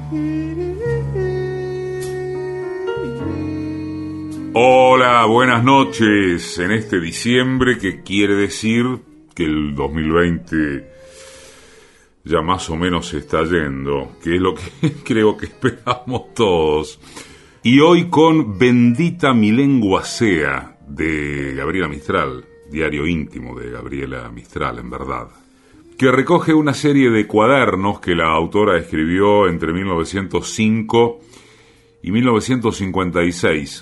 Hola, buenas noches en este diciembre, que quiere decir que el 2020 ya más o menos se está yendo, que es lo que creo que esperamos todos. Y hoy con Bendita mi lengua sea, de Gabriela Mistral, diario íntimo de Gabriela Mistral, en verdad, que recoge una serie de cuadernos que la autora escribió entre 1905 y 1956.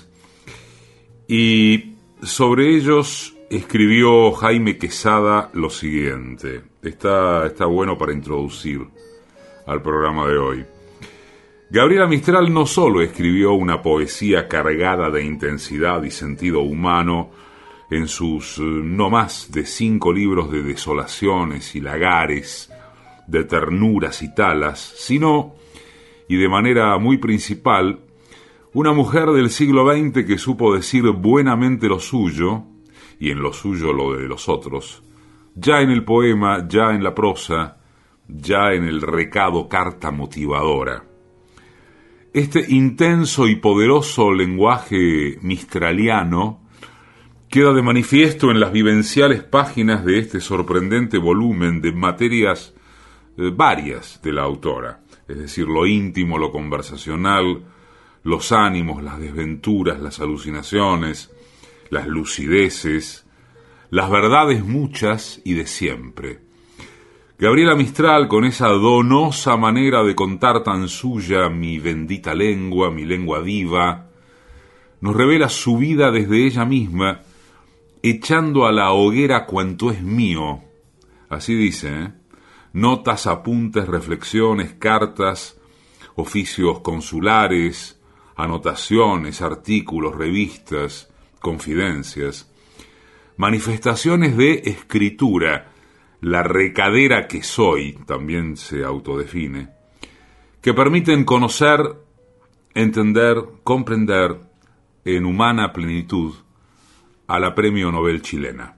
Y sobre ellos escribió Jaime Quesada lo siguiente. Está bueno para introducir al programa de hoy. Gabriela Mistral no solo escribió una poesía cargada de intensidad y sentido humano en sus no más de 5 libros de desolaciones y lagares, de ternuras y talas, sino, y de manera muy principal, una mujer del siglo XX que supo decir buenamente lo suyo, y en lo suyo lo de los otros, ya en el poema, ya en la prosa, ya en el recado carta motivadora. Este intenso y poderoso lenguaje mistraliano queda de manifiesto en las vivenciales páginas de este sorprendente volumen de materias varias de la autora, es decir, lo íntimo, lo conversacional, los ánimos, las desventuras, las alucinaciones, las lucideces, las verdades muchas y de siempre. Gabriela Mistral, con esa donosa manera de contar tan suya, mi bendita lengua, mi lengua viva, nos revela su vida desde ella misma, echando a la hoguera cuanto es mío. Así dice, notas, apuntes, reflexiones, cartas, oficios consulares, anotaciones, artículos, revistas, confidencias, manifestaciones de escritura, la recadera que soy, también se autodefine, que permiten conocer, entender, comprender en humana plenitud a la Premio Nobel chilena.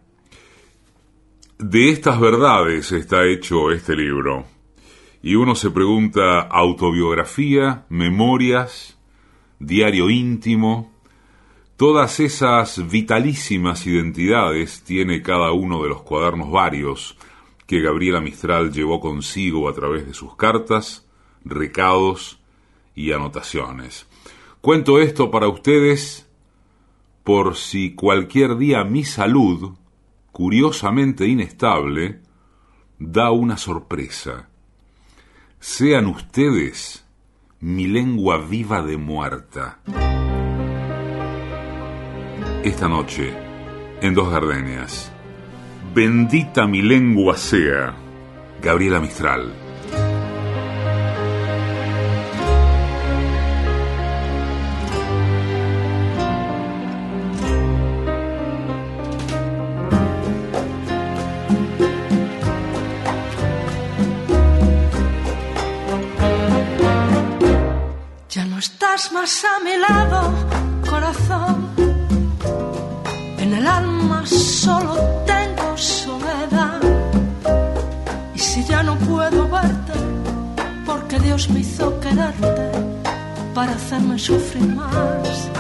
De estas verdades está hecho este libro, y uno se pregunta: autobiografía, memorias, diario íntimo, todas esas vitalísimas identidades tiene cada uno de los cuadernos varios que Gabriela Mistral llevó consigo a través de sus cartas, recados y anotaciones. Cuento esto para ustedes por si cualquier día mi salud, curiosamente inestable, da una sorpresa. Sean ustedes mi lengua viva de muerta. Esta noche, en Dos Gardenias, Bendita mi lengua sea, Gabriela Mistral. Ya no estás más a mi lado, corazón. En el alma solo tengo soledad. Y si ya no puedo verte, porque Dios me hizo quererte para hacerme sufrir más.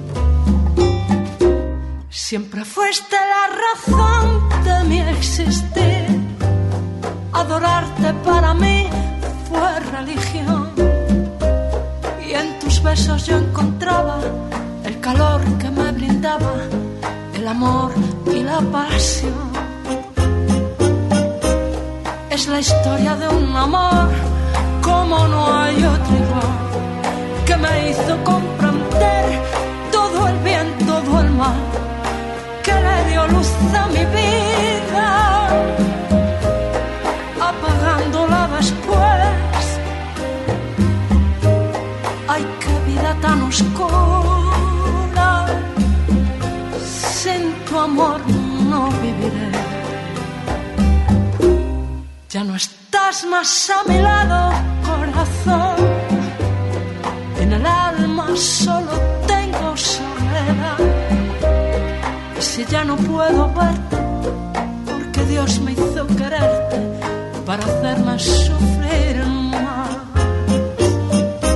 Siempre fuiste la razón de mi existir. Adorarte para mí fue religión. Y en tus besos yo encontraba el calor que me brindaba el amor y la pasión. Es la historia de un amor como no hay otro igual, que me hizo comprender todo el bien, todo el mal, que le dio luz a mi vida, apagándola después. Ay, qué vida tan oscura, sin tu amor no viviré. Ya no estás más a mi lado, corazón. En el alma solo tengo soledad. Y si ya no puedo verte, porque Dios me hizo quererte para hacerme sufrir más.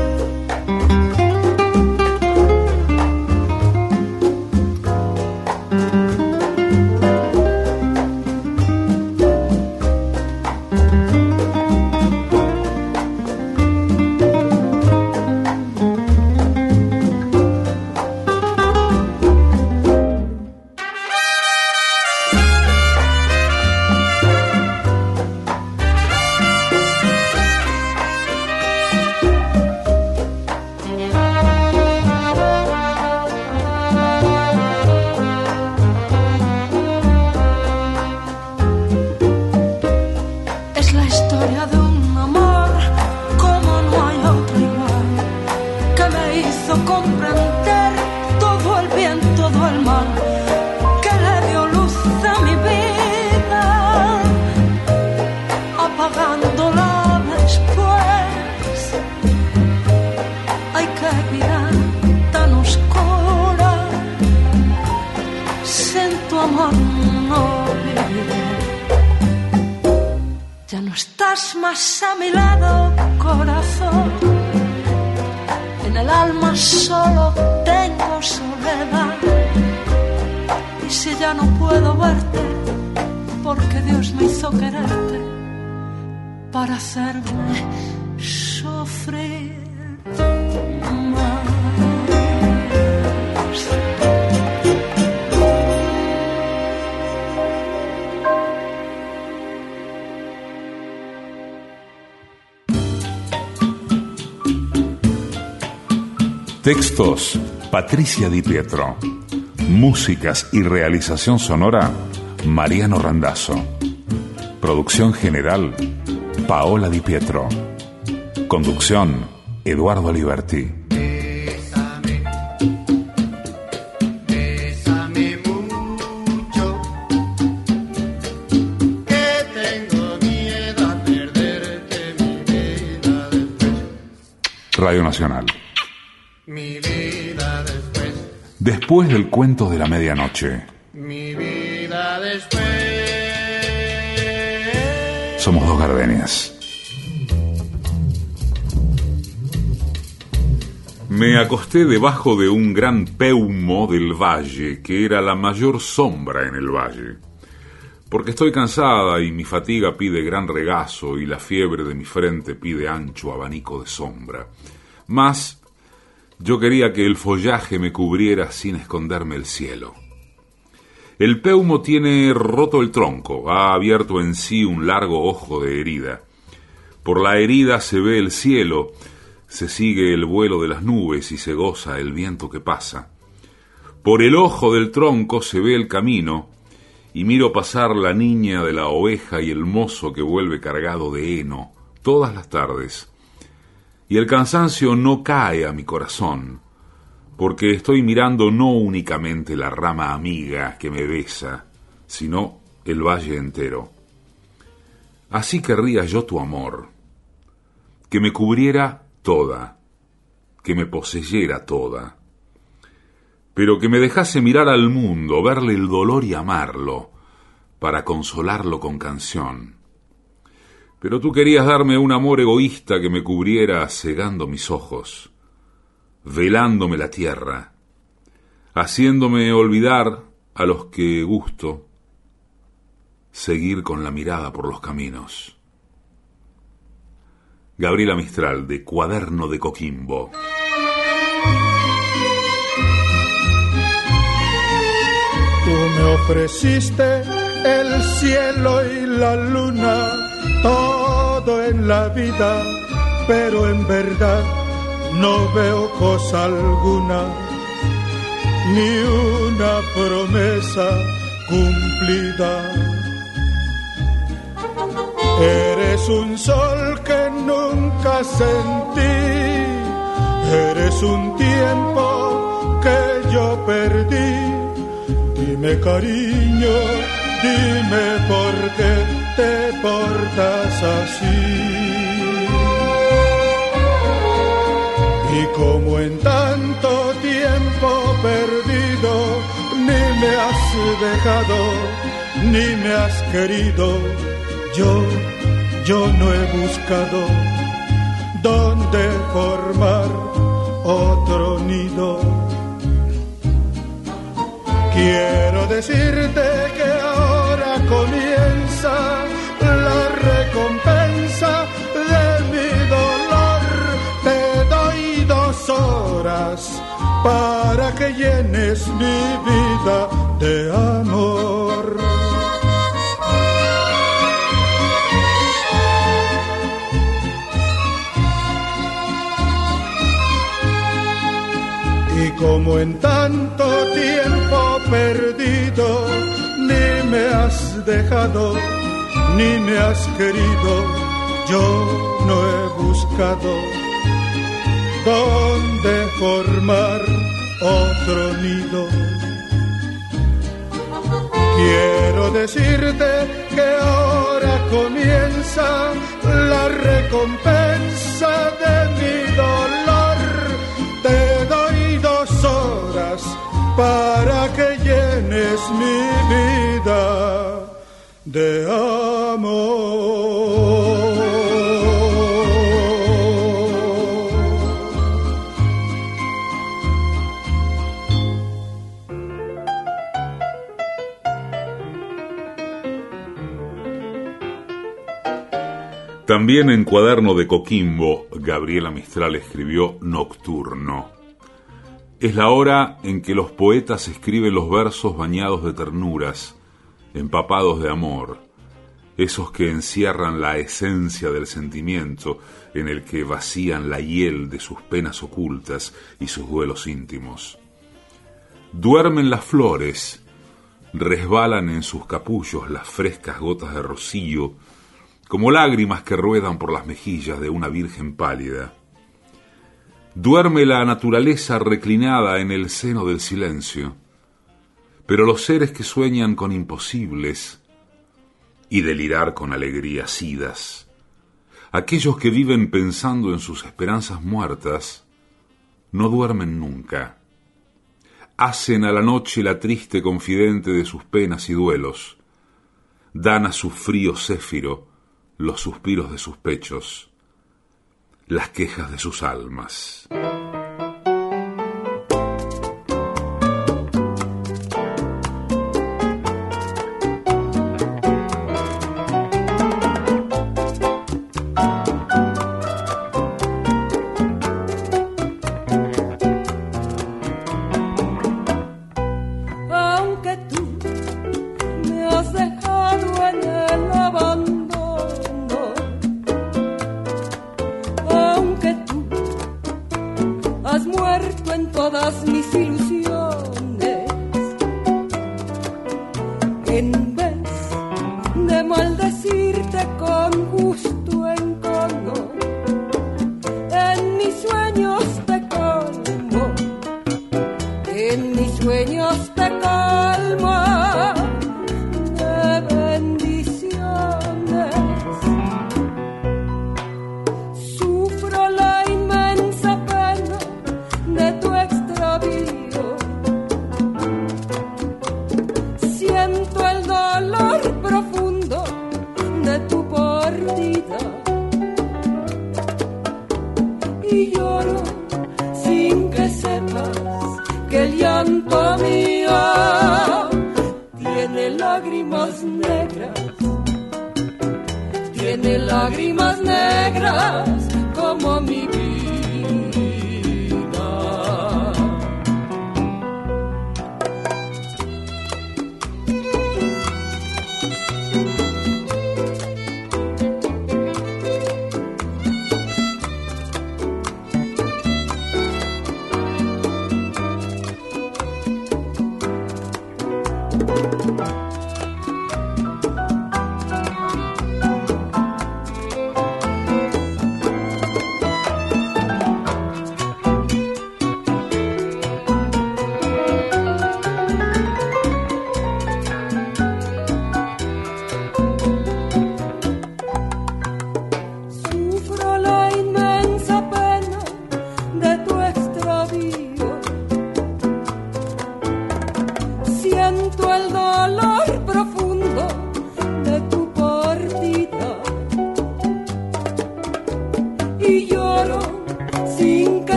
estás más a mi lado, corazón. En el alma solo tengo soledad. Y si ya no puedo verte, porque Dios me hizo quererte para hacerme sufrir más. Textos, Patricia Di Pietro. Músicas y realización sonora, Mariano Randazzo. Producción general, Paola Di Pietro. Conducción, Eduardo Liberti. Bésame, bésame mucho, que tengo miedo a perderte mi vida después. Radio Nacional. Mi vida después. Después del cuento de la medianoche. Mi vida después. Somos dos gardenias. Me acosté debajo de un gran peumo del valle, que era la mayor sombra en el valle. Porque estoy cansada y mi fatiga pide gran regazo y la fiebre de mi frente pide ancho abanico de sombra. Mas yo quería que el follaje me cubriera sin esconderme el cielo. El peumo tiene roto el tronco, ha abierto en sí un largo ojo de herida. Por la herida se ve el cielo, se sigue el vuelo de las nubes y se goza el viento que pasa. Por el ojo del tronco se ve el camino, y miro pasar la niña de la oveja y el mozo que vuelve cargado de heno todas las tardes. Y el cansancio no cae a mi corazón, porque estoy mirando no únicamente la rama amiga que me besa, sino el valle entero. Así querría yo tu amor, que me cubriera toda, que me poseyera toda, pero que me dejase mirar al mundo, verle el dolor y amarlo, para consolarlo con canción. Pero tú querías darme un amor egoísta que me cubriera cegando mis ojos, velándome la tierra, haciéndome olvidar a los que gusto, seguir con la mirada por los caminos. Gabriela Mistral, de Cuaderno de Coquimbo. Tú me ofreciste el cielo y la luna, todo en la vida, pero en verdad no veo cosa alguna, ni una promesa cumplida. Eres un sol que nunca sentí, eres un tiempo que yo perdí. Dime, cariño, dime por qué te portas así. Y como en tanto tiempo perdido, ni me has dejado, ni me has querido, yo no he buscado dónde formar otro nido. Quiero decirte que ahora comienza la recompensa de mi dolor. Te doy 2 horas para que llenes mi vida de amor. Y como en tanto tiempo perdido, ni me has dejado, ni me has querido, yo no he buscado dónde formar otro nido. Quiero decirte que ahora comienza la recompensa de mi dolor. Te doy 2 horas para que llenes mi vida de amor. También en Cuaderno de Coquimbo, Gabriela Mistral escribió Nocturno. Es la hora en que los poetas escriben los versos bañados de ternuras, empapados de amor, esos que encierran la esencia del sentimiento, en el que vacían la hiel de sus penas ocultas y sus duelos íntimos. Duermen las flores, resbalan en sus capullos las frescas gotas de rocío, como lágrimas que ruedan por las mejillas de una virgen pálida. Duerme la naturaleza reclinada en el seno del silencio, pero los seres que sueñan con imposibles y delirar con alegrías idas, aquellos que viven pensando en sus esperanzas muertas, no duermen nunca. Hacen a la noche la triste confidente de sus penas y duelos, dan a su frío céfiro los suspiros de sus pechos, las quejas de sus almas.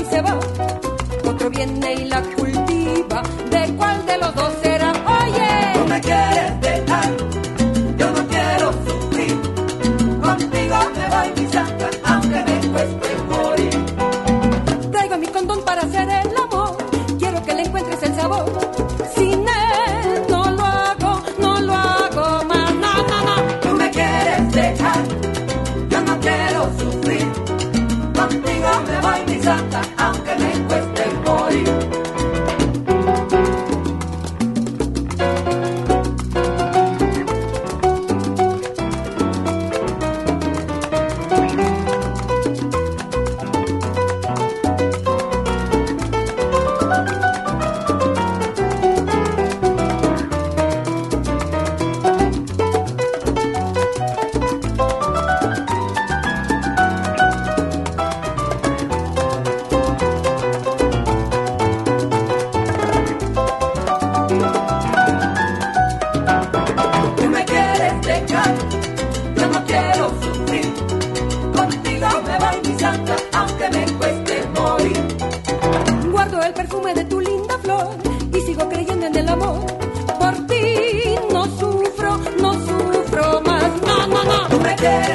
Viene y la cultiva, ¿de cuál de los dos será? Oye.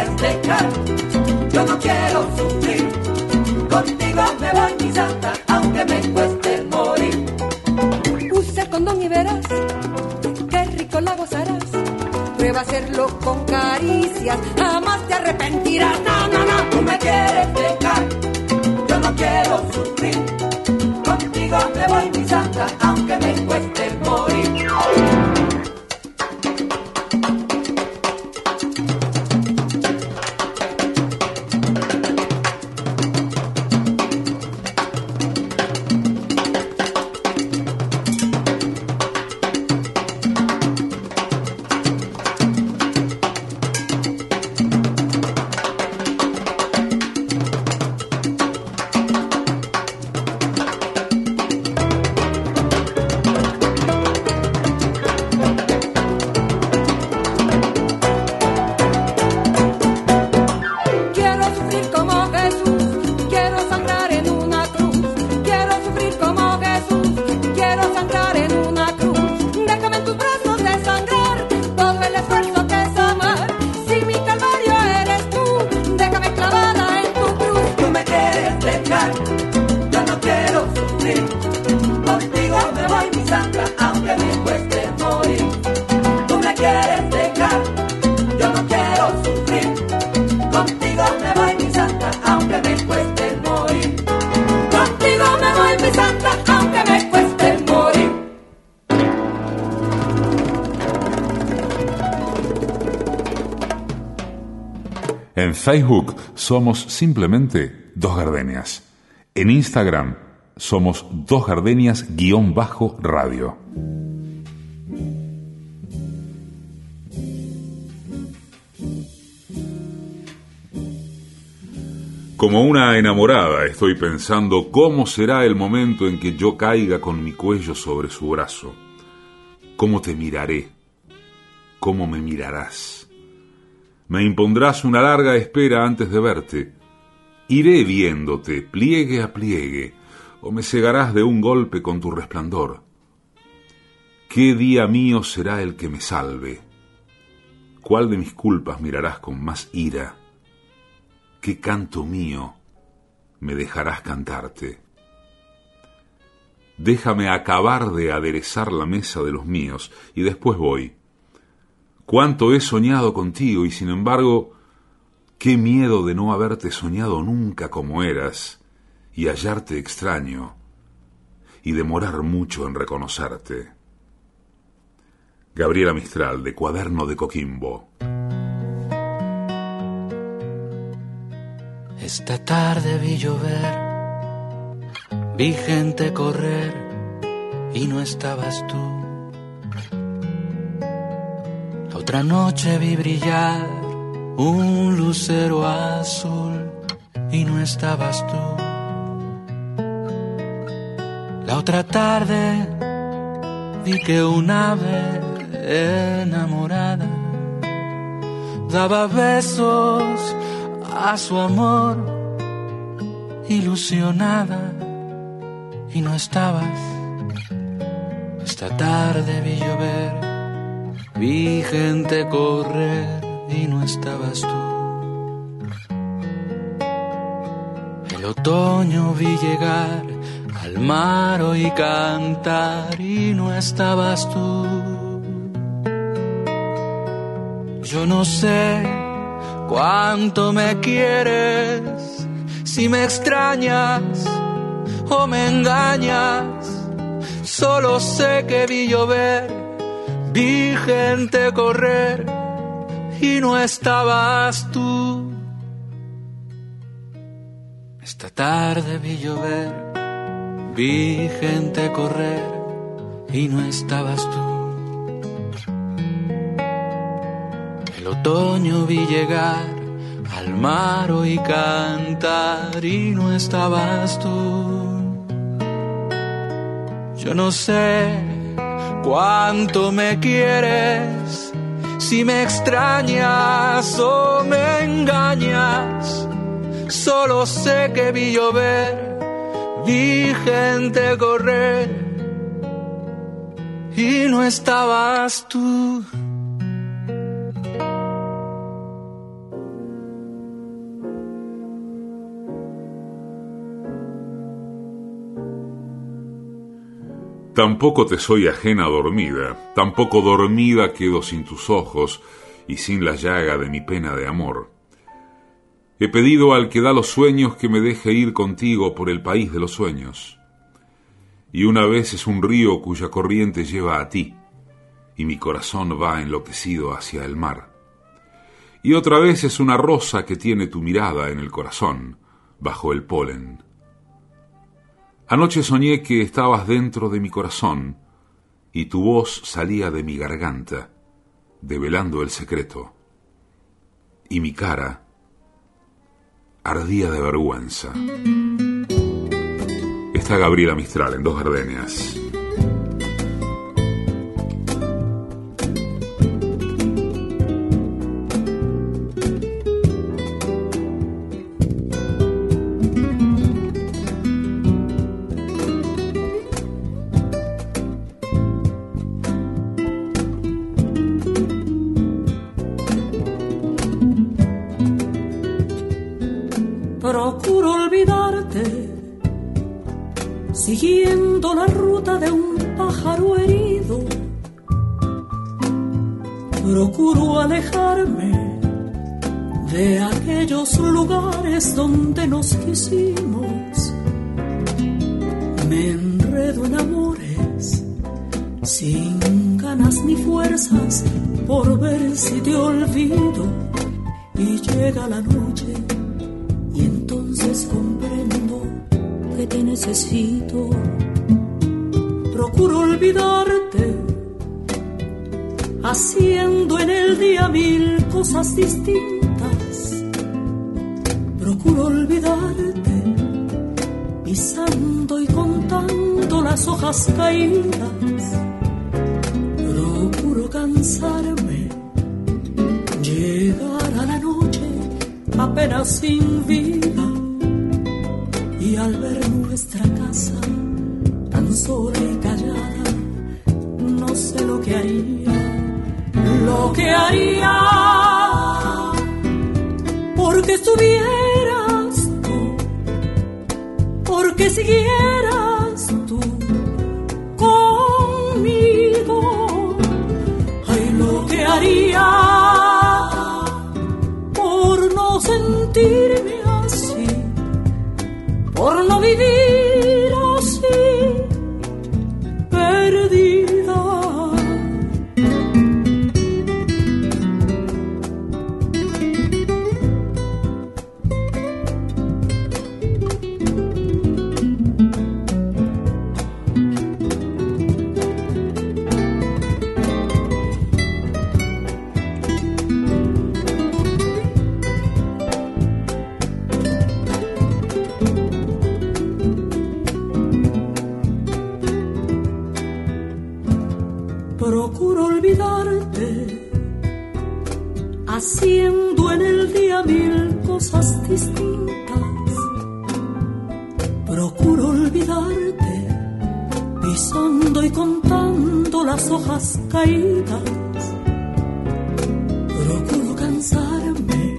quieres dejar, yo no quiero sufrir. Contigo me voy, mi santa, aunque me cueste morir. Usa el condón y verás qué rico la gozarás. Prueba a hacerlo con caricias, jamás te arrepentirás. No, no, no, tú me quieres dejar, yo no quiero sufrir. Contigo me voy, mi santa, aunque me cueste morir. En Facebook somos simplemente Dos Gardenias. En Instagram somos Dos Gardenias_radio. Como una enamorada estoy pensando cómo será el momento en que yo caiga con mi cuello sobre su brazo. Cómo te miraré, cómo me mirarás. Me impondrás una larga espera antes de verte. Iré viéndote pliegue a pliegue, o me cegarás de un golpe con tu resplandor. ¿Qué día mío será el que me salve? ¿Cuál de mis culpas mirarás con más ira? ¿Qué canto mío me dejarás cantarte? Déjame acabar de aderezar la mesa de los míos y después voy. Cuánto he soñado contigo y sin embargo, qué miedo de no haberte soñado nunca como eras y hallarte extraño y demorar mucho en reconocerte. Gabriela Mistral, de Cuaderno de Coquimbo. Esta tarde vi llover, vi gente correr y no estabas tú. La otra noche vi brillar un lucero azul y no estabas tú. La otra tarde vi que un ave enamorada daba besos a su amor ilusionada y no estabas. Esta tarde vi llover, vi gente correr y no estabas tú. El otoño vi llegar al mar y cantar y no estabas tú. Yo no sé cuánto me quieres, si me extrañas o me engañas. Solo sé que vi llover, vi gente correr y no estabas tú. Esta tarde vi llover, vi gente correr y no estabas tú. El otoño vi llegar al mar y cantar y no estabas tú. Yo no sé cuánto me quieres, si me extrañas o me engañas. Solo sé que vi llover, vi gente correr y no estabas tú. Tampoco te soy ajena dormida, tampoco dormida quedo sin tus ojos y sin la llaga de mi pena de amor. He pedido al que da los sueños que me deje ir contigo por el país de los sueños. Y una vez es un río cuya corriente lleva a ti, y mi corazón va enloquecido hacia el mar. Y otra vez es una rosa que tiene tu mirada en el corazón, bajo el polen. Anoche soñé que estabas dentro de mi corazón y tu voz salía de mi garganta, develando el secreto. Y mi cara ardía de vergüenza. Está Gabriela Mistral en Dos Gardenias. Procuro olvidarte, siguiendo la ruta de un pájaro herido. Procuro alejarme de aquellos lugares donde nos quisimos. Me enredo en amores, sin ganas ni fuerzas, por ver si te olvido. Y llega la noche y entonces comprendo que te necesito. Procuro olvidarte, haciendo en el día 1000 cosas distintas. Procuro olvidarte, pisando y contando las hojas caídas. Procuro cansarme, llegar a la noche apenas sin vida, y al ver nuestra casa tan sola y callada, no sé lo que haría porque estuvieras tú, porque siguieras tú conmigo. Ay, lo que haría sentirme así, por no vivir así, perdida. Procuro olvidarte, haciendo en el día 1000 cosas distintas. Procuro olvidarte, pisando y contando las hojas caídas. Procuro cansarme,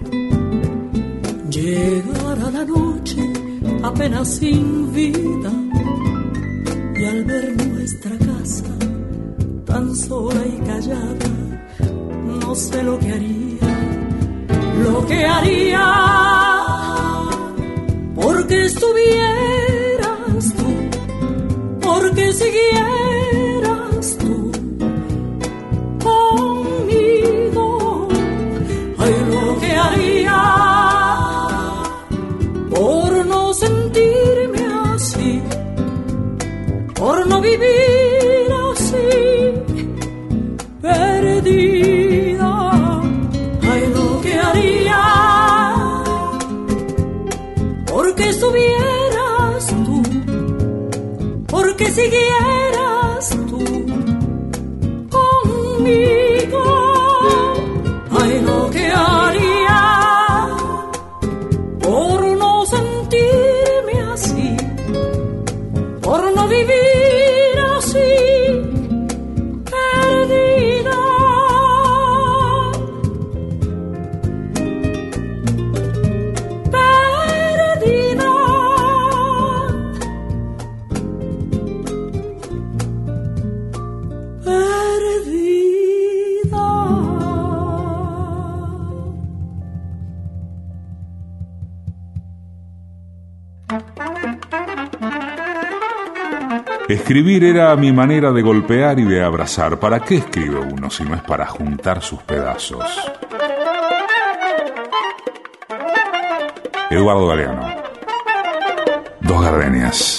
llegar a la noche apenas sin vida, y al ver nuestra casa tan sola y callada, no sé lo que haría porque estuvieras tú, porque siguieras tú conmigo. Ay, lo que haría por no sentirme así, por no vivir así, perdida. Ay, lo que haría porque estuvieras tú, porque siguieras Escribir era mi manera de golpear y de abrazar. ¿Para qué escribe uno si no es para juntar sus pedazos? Eduardo Galeano. Dos gardenias.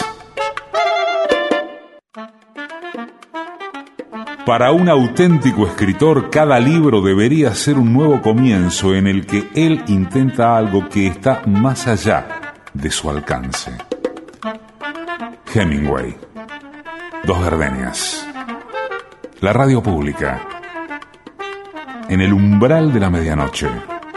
Para un auténtico escritor, cada libro debería ser un nuevo comienzo en el que él intenta algo que está más allá de su alcance. Hemingway. Dos gardenias. La radio pública. En el umbral de la medianoche.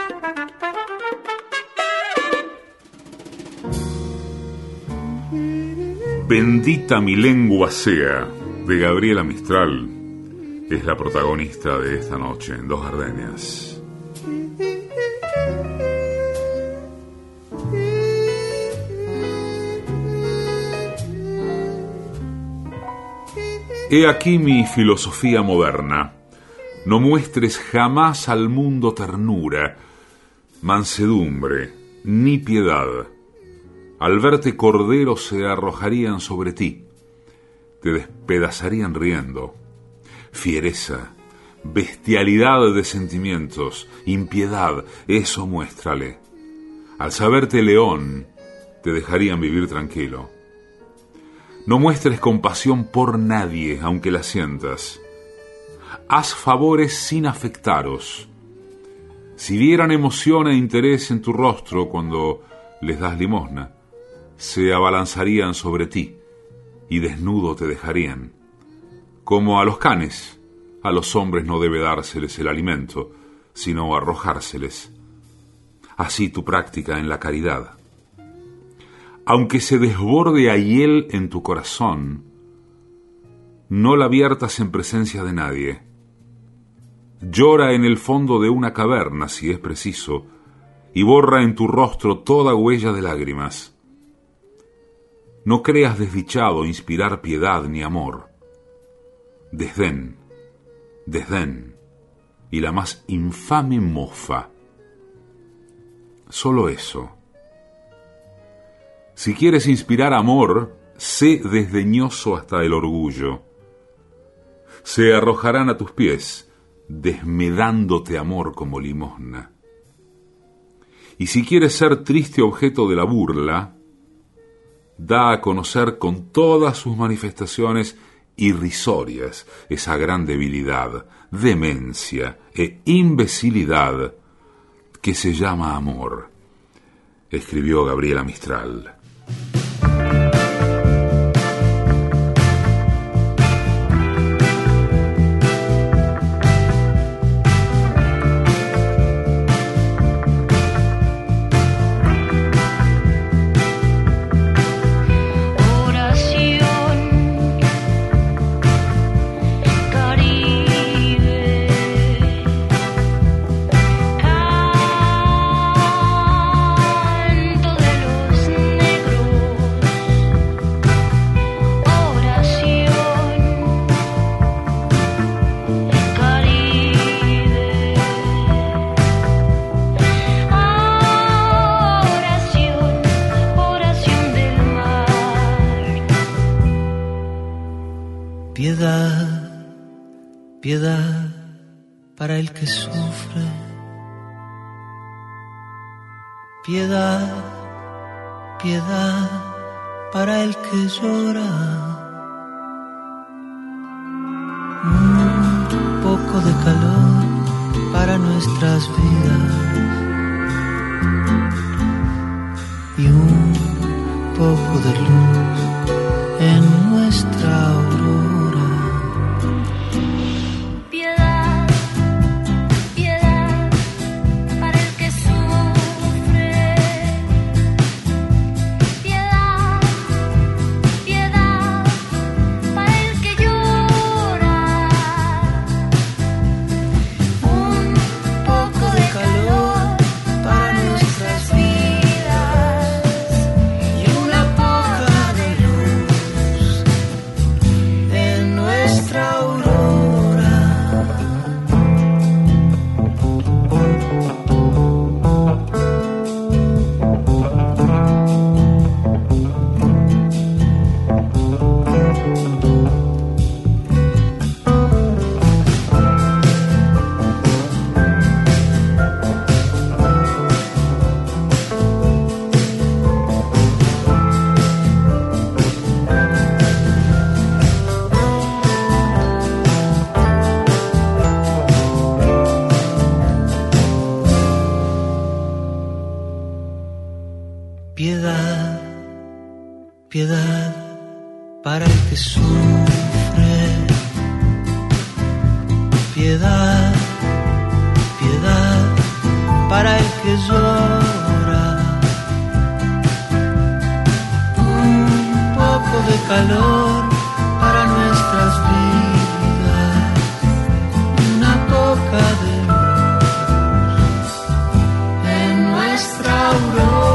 Bendita mi lengua sea, de Gabriela Mistral, es la protagonista de esta noche en Dos Gardenias. He aquí mi filosofía moderna. No muestres jamás al mundo ternura, mansedumbre, ni piedad. Al verte cordero se arrojarían sobre ti, te despedazarían riendo. Fiereza, bestialidad de sentimientos, impiedad, eso muéstrale. Al saberte león, te dejarían vivir tranquilo. No muestres compasión por nadie, aunque la sientas. Haz favores sin afectaros. Si vieran emoción e interés en tu rostro cuando les das limosna, se abalanzarían sobre ti y desnudo te dejarían. Como a los canes, a los hombres no debe dárseles el alimento, sino arrojárseles. Así tu práctica en la caridad. Aunque se desborde a hiel en tu corazón, no la viertas en presencia de nadie. Llora en el fondo de una caverna, si es preciso, y borra en tu rostro toda huella de lágrimas. No creas desdichado inspirar piedad ni amor. Desdén, y la más infame mofa. Solo eso. Si quieres inspirar amor, sé desdeñoso hasta el orgullo. Se arrojarán a tus pies, desmedándote amor como limosna. Y si quieres ser triste objeto de la burla, da a conocer con todas sus manifestaciones irrisorias esa gran debilidad, demencia e imbecilidad que se llama amor, escribió Gabriela Mistral. Piedad para el que sufre, piedad para el que llora. Un poco de calor para nuestras vidas y un poco de luz en nuestra aurora. Para nuestras vidas y una poca Piedad, piedad para el que sufre. Piedad, piedad para el que llora. Un poco de calor para nuestras vidas. Una poca de luz en nuestra aurora.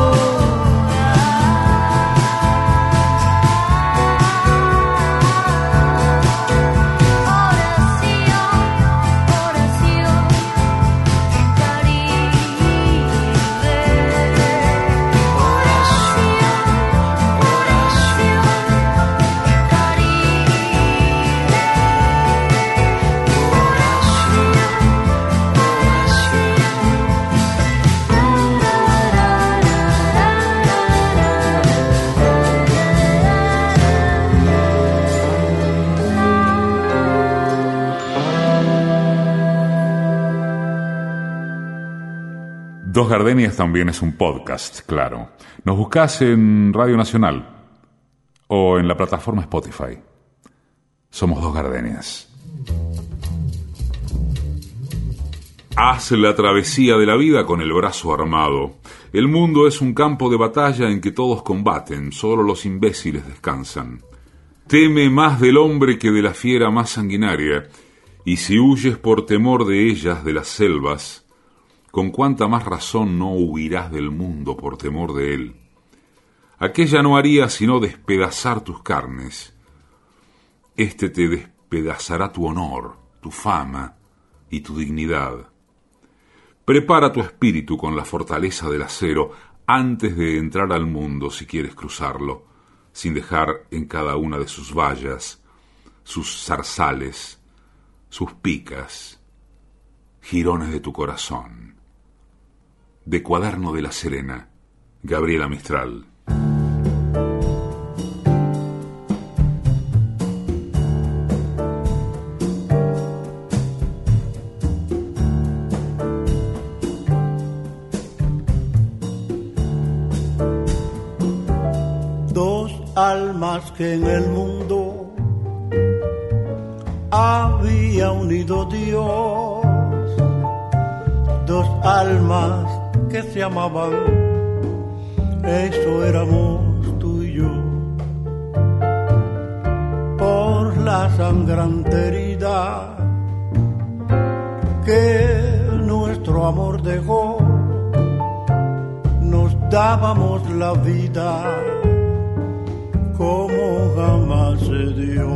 Dos Gardenias también es un podcast, claro. Nos buscás en Radio Nacional o en la plataforma Spotify. Somos Dos Gardenias. Haz la travesía de la vida con el brazo armado. El mundo es un campo de batalla en que todos combaten, solo los imbéciles descansan. Teme más del hombre que de la fiera más sanguinaria, y si huyes por temor de ellas, de las selvas, con cuánta más razón no huirás del mundo por temor de él. Aquella no haría sino despedazar tus carnes. Este te despedazará tu honor, tu fama y tu dignidad. Prepara tu espíritu con la fortaleza del acero antes de entrar al mundo si quieres cruzarlo, sin dejar en cada una de sus vallas, sus zarzales, sus picas, jirones de tu corazón. De Cuaderno de la Serena, Gabriela Mistral. Dos almas que en el mundo había unido Dios, dos almas que se amaban, eso éramos tú y yo. Por la sangrante herida que nuestro amor dejó, nos dábamos la vida como jamás se dio.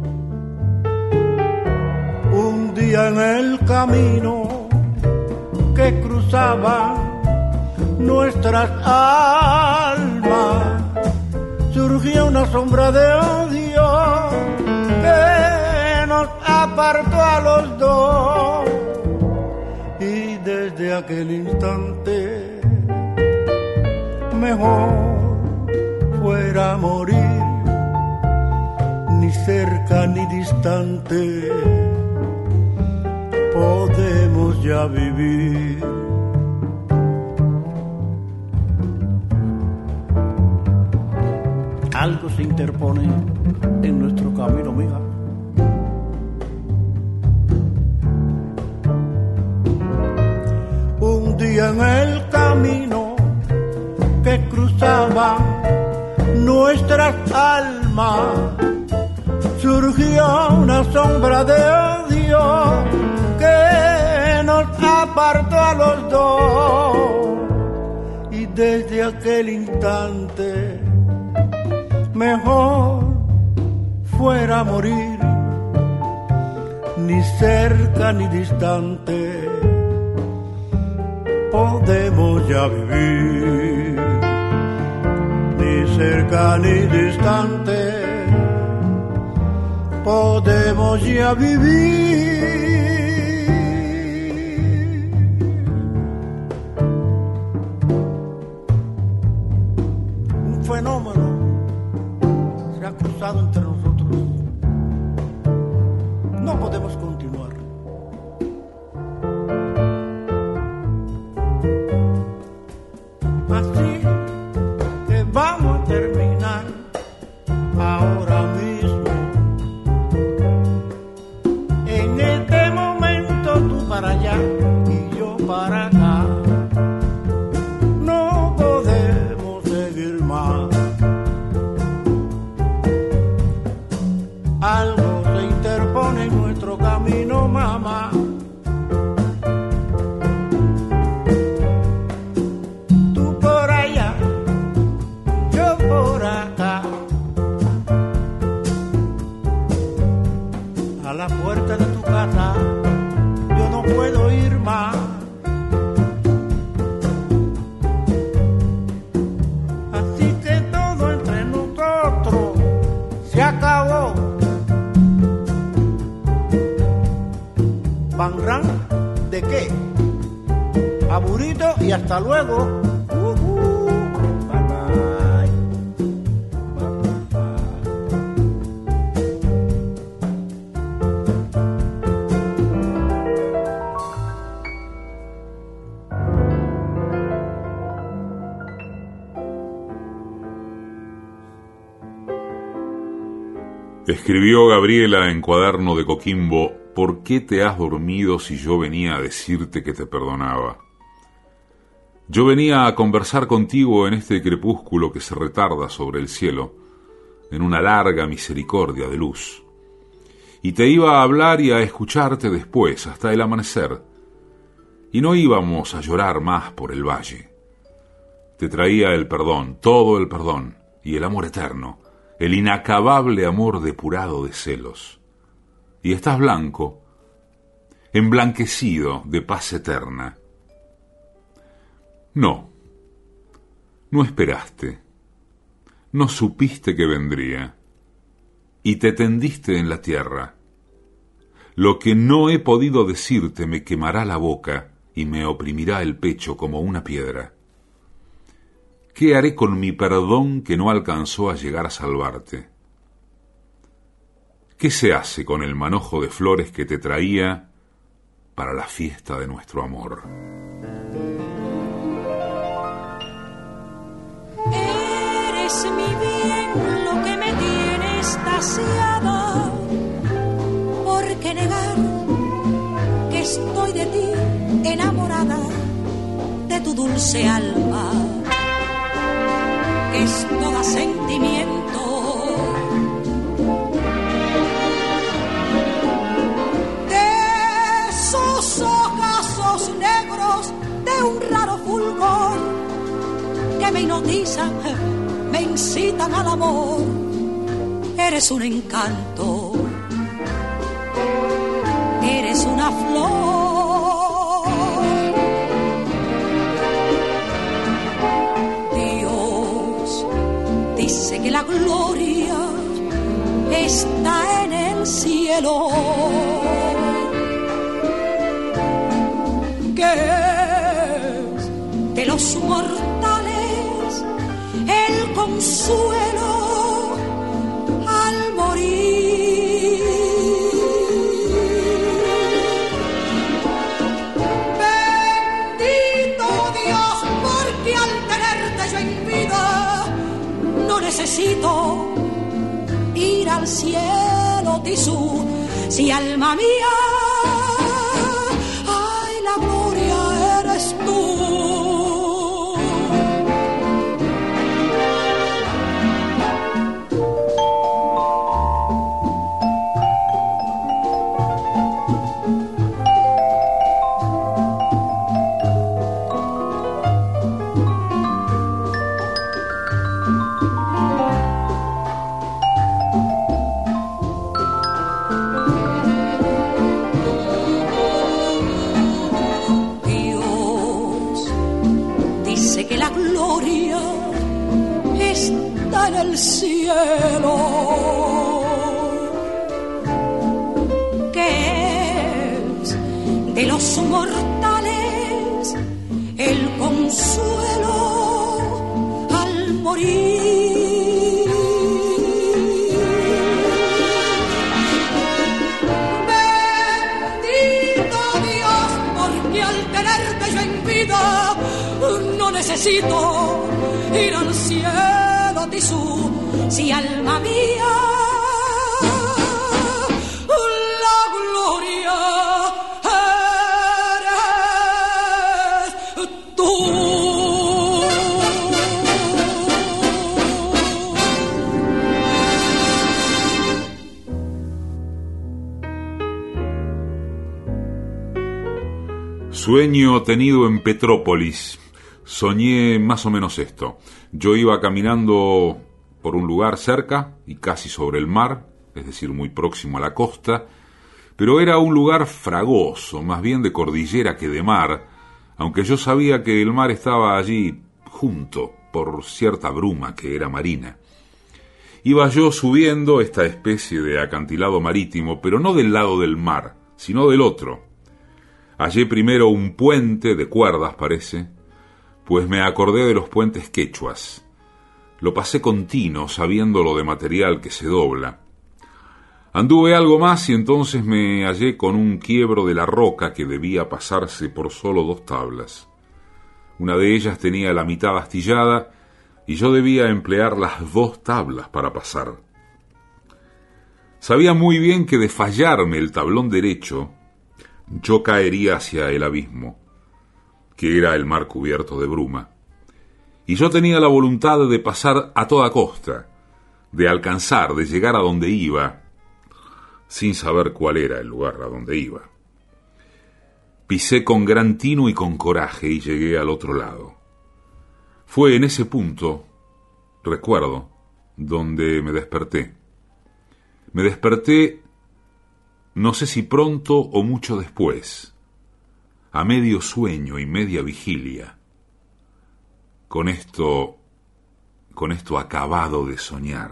Un día en el camino que cruzaba nuestras almas, surgió una sombra de odio que nos apartó a los dos, y desde aquel instante mejor fuera morir, ni cerca ni distante podemos ya vivir. Algo se interpone en nuestro camino, mija. Un día en el camino que cruzaban nuestras almas, surgió una sombra de odio que nos apartó a los dos, y desde aquel instante mejor fuera morir, ni cerca ni distante podemos ya vivir, ni cerca ni distante podemos ya vivir. Un fenómeno se ha cruzado entre nosotros. No podemos continuar. Así que Aburito y hasta luego. Bye bye. Escribió Gabriela en Cuaderno de Coquimbo: ¿por qué te has dormido si yo venía a decirte que te perdonaba? Yo venía a conversar contigo en este crepúsculo que se retarda sobre el cielo, en una larga misericordia de luz. Y te iba a hablar y a escucharte después, hasta el amanecer. Y no íbamos a llorar más por el valle. Te traía el perdón, todo el perdón, y el amor eterno, el inacabable amor depurado de celos. Y estás blanco, emblanquecido de paz eterna. No esperaste, no supiste que vendría, y te tendiste en la tierra. Lo que no he podido decirte me quemará la boca y me oprimirá el pecho como una piedra. ¿Qué haré con mi perdón que no alcanzó a llegar a salvarte? ¿Qué se hace con el manojo de flores que te traía para la fiesta de nuestro amor? Eres mi bien, lo que me tiene extasiada. ¿Por qué negar que estoy de ti enamorada, de tu dulce alma, que es toda sentimiento? De sus ojos negros, de un raro fulgor que me hipnotizan, me incitan al amor. Eres un encanto, eres una flor. Dios dice que la gloria está en el cielo, que es de los mortales el consuelo al morir. Bendito Dios, porque al tenerte yo en vida no necesito ir al cielo, Tisú, si alma mía, ay, la gloria eres tú. Cielo, que es de los mortales el consuelo al morir. Bendito Dios, porque al tenerte yo en vida no necesito ir al cielo, Tisú, si alma mía, la gloria eres tú. Sueño tenido en Petrópolis. Soñé más o menos esto. Yo iba caminando por un lugar cerca y casi sobre el mar, es decir, muy próximo a la costa, pero era un lugar fragoso, más bien de cordillera que de mar, aunque yo sabía que el mar estaba allí junto por cierta bruma que era marina. Iba yo subiendo esta especie de acantilado marítimo, pero no del lado del mar, sino del otro. Hallé primero un puente de cuerdas, parece, pues me acordé de los puentes quechuas. Lo pasé continuo, sabiendo lo de material que se dobla. Anduve algo más y entonces me hallé con un quiebro de la roca que debía pasarse por solo 2 tablas. Una de ellas tenía la mitad astillada y yo debía emplear las 2 tablas para pasar. Sabía muy bien que de fallarme el tablón derecho, yo caería hacia el abismo, que era el mar cubierto de bruma. Y yo tenía la voluntad de pasar a toda costa, de alcanzar, de llegar a donde iba, sin saber cuál era el lugar a donde iba. Pisé con gran tino y con coraje y llegué al otro lado. Fue en ese punto, recuerdo, donde me desperté. Me desperté, no sé si pronto o mucho después, a medio sueño y media vigilia, con esto acabado de soñar.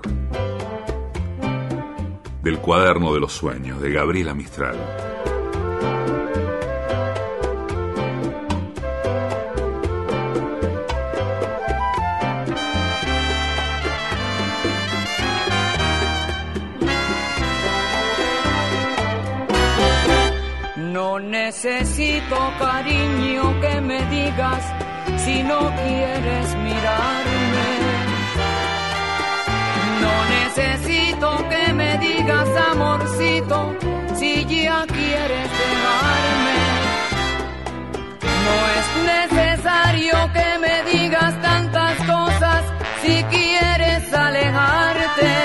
Del cuaderno de los sueños, de Gabriela Mistral. No necesito, cariño, que me digas si no quieres mirarme. No necesito que me digas, amorcito, si ya quieres dejarme. No es necesario que me digas tantas cosas si quieres alejarte.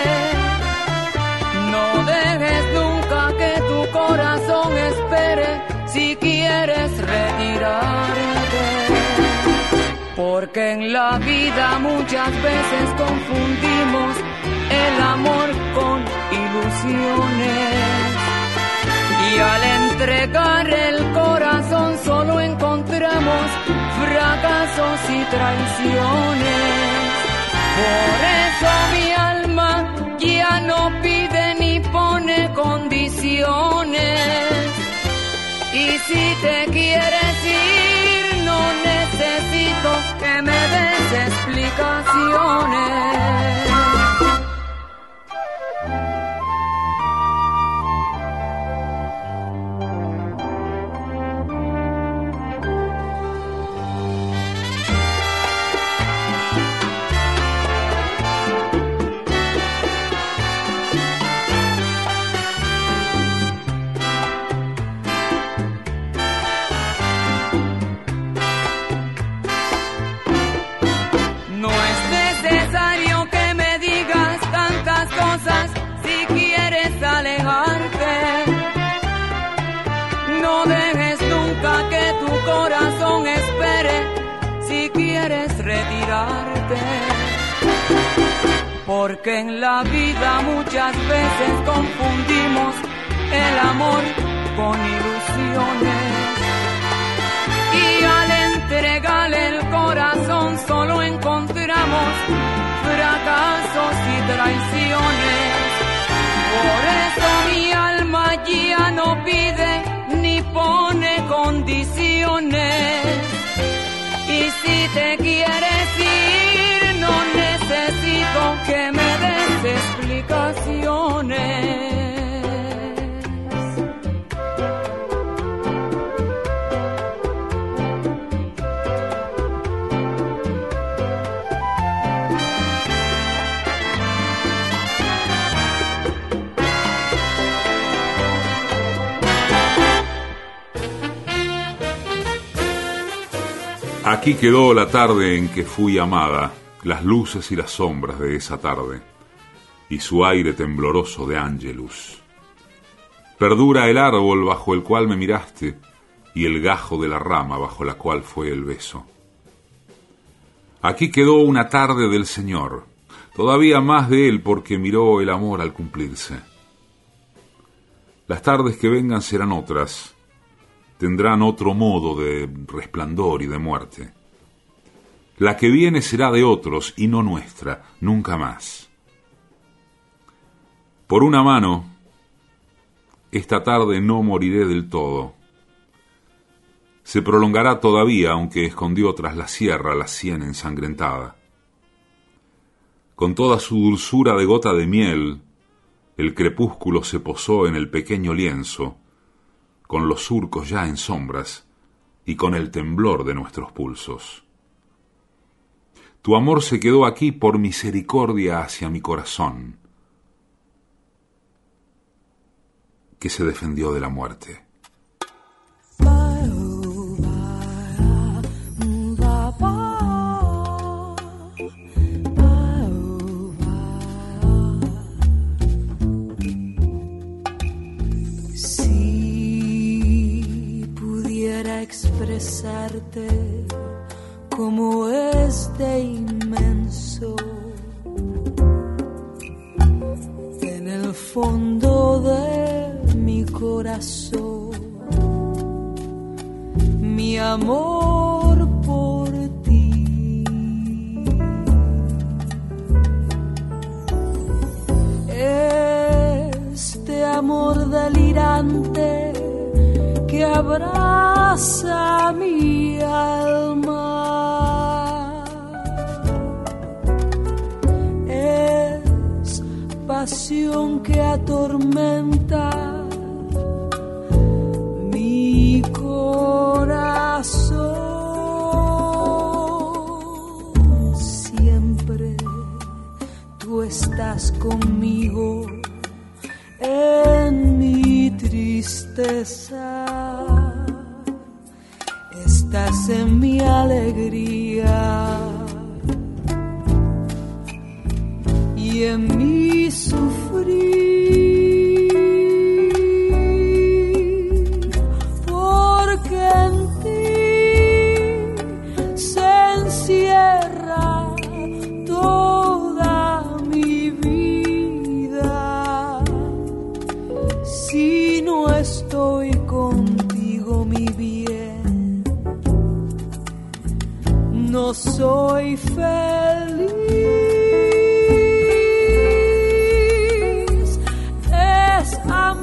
No dejes nunca que tu corazón espere si quieres retirarte. Porque en la vida muchas veces confundimos el amor con ilusiones. Y al entregar el corazón solo encontramos fracasos y traiciones. Por eso mi alma ya no pide ni pone condiciones. Y si te quieres ir, no necesito que me des explicaciones. No dejes nunca que tu corazón espere si quieres retirarte. Porque en la vida muchas veces confundimos el amor con ilusiones. Y al entregarle el corazón solo encontramos fracasos y traiciones. Por eso mi alma ya no pide ni pone condiciones. Y si te quieres ir, no necesito que me des explicaciones. Aquí quedó la tarde en que fui amada, las luces y las sombras de esa tarde, y su aire tembloroso de ángelus. Perdura el árbol bajo el cual me miraste, y el gajo de la rama bajo la cual fue el beso. Aquí quedó una tarde del Señor, todavía más de él porque miró el amor al cumplirse. Las tardes que vengan serán otras, tendrán otro modo de resplandor y de muerte. La que viene será de otros y no nuestra, nunca más. Por una mano, esta tarde no moriré del todo. se prolongará todavía, aunque escondió tras la sierra la sien ensangrentada. Con toda su dulzura de gota de miel, el crepúsculo se posó en el pequeño lienzo, con los surcos ya en sombras y con el temblor de nuestros pulsos. Tu amor se quedó aquí por misericordia hacia mi corazón, que se defendió de la muerte. Si pudiera expresarte como es de inmenso en el fondo de mi corazón, mi amor por ti. Este amor delirante que abraza mi alma es pasión que atormenta mi corazón. Siempre tú estás conmigo en mi tristeza, estás en mi alegría y en mi sufrir, porque en ti se encierra toda mi vida. Si no estoy contigo, mi bien, no soy feliz. Es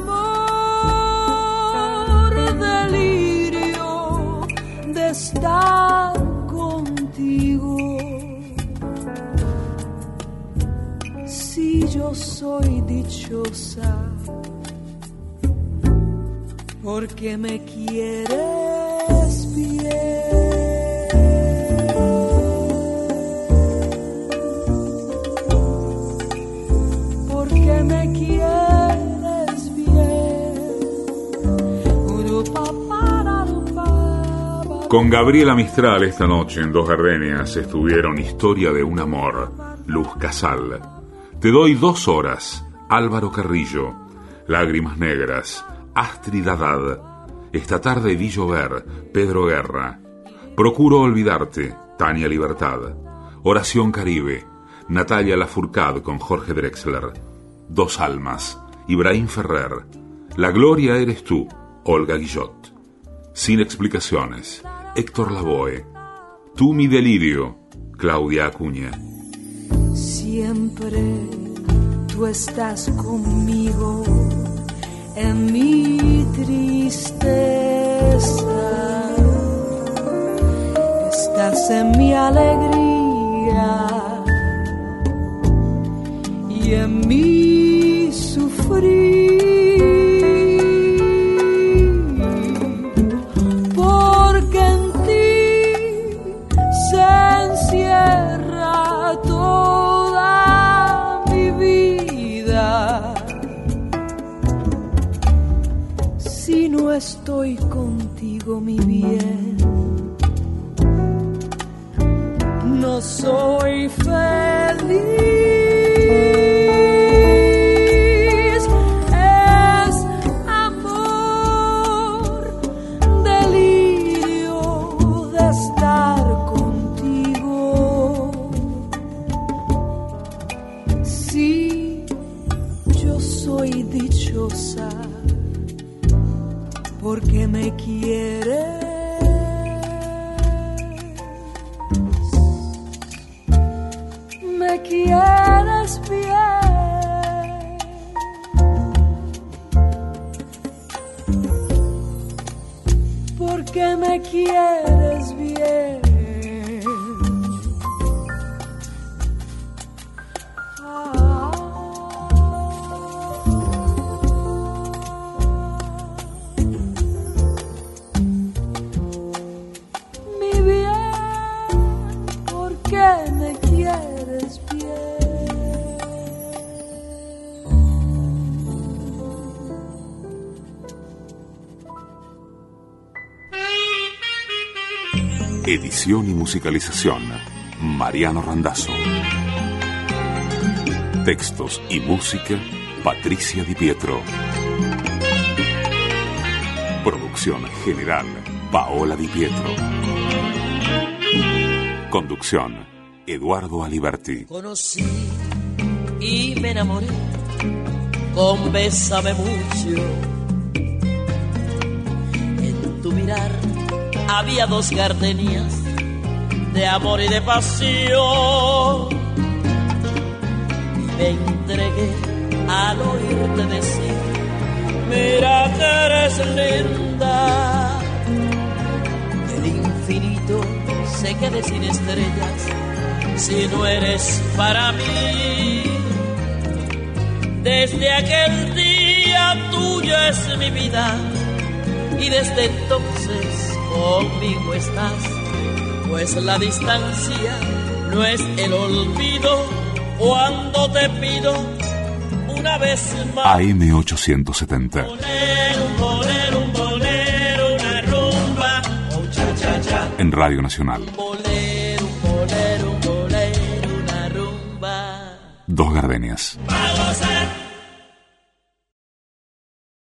amor, delirio de estar contigo. Si yo soy dichosa, porque me quieres bien. Porque me quieres bien. Con Gabriela Mistral esta noche en Dos Gardenias estuvieron Historia de un amor, Luz Casal. Te doy 2 horas, Álvaro Carrillo, Lágrimas Negras, Astrid Haddad, Esta tarde vi llover, Pedro Guerra, Procuro olvidarte, Tania Libertad, Oración Caribe, Natalia Lafourcade con Jorge Drexler, Dos almas, Ibrahim Ferrer, La gloria eres tú, Olga Guillot, Sin explicaciones, Héctor Lavoe, Tú mi delirio, Claudia Acuña. Siempre tú estás conmigo en mi tristeza, estás en mi alegría y en mi sufrir, porque en ti se encierra toda mi vida. Si no estoy contigo, mi bien, no soy feliz. Es amor, delirio de estar contigo. Sí, yo soy dichosa porque me quieres. Me quieres. quieres bien. Mi bien, ¿por qué me quieres bien? Edición y musicalización, Mariano Randazzo. Textos y música, Patricia Di Pietro. Producción general, Paola Di Pietro. Conducción, Eduardo Aliberti. Conocí y me enamoré con Bésame mucho. En tu mirar había dos gardenias de amor y de pasión. Y me entregué al oírte decir: mira que eres linda. Y el infinito se quede sin estrellas si no eres para mí. Desde aquel día tuya es mi vida y desde entonces conmigo estás, pues la distancia no es el olvido cuando te pido una vez más. AM870. Un bolero, una rumba, un cha-cha-cha. En Radio Nacional. Un bolero, una rumba. Dos gardenias.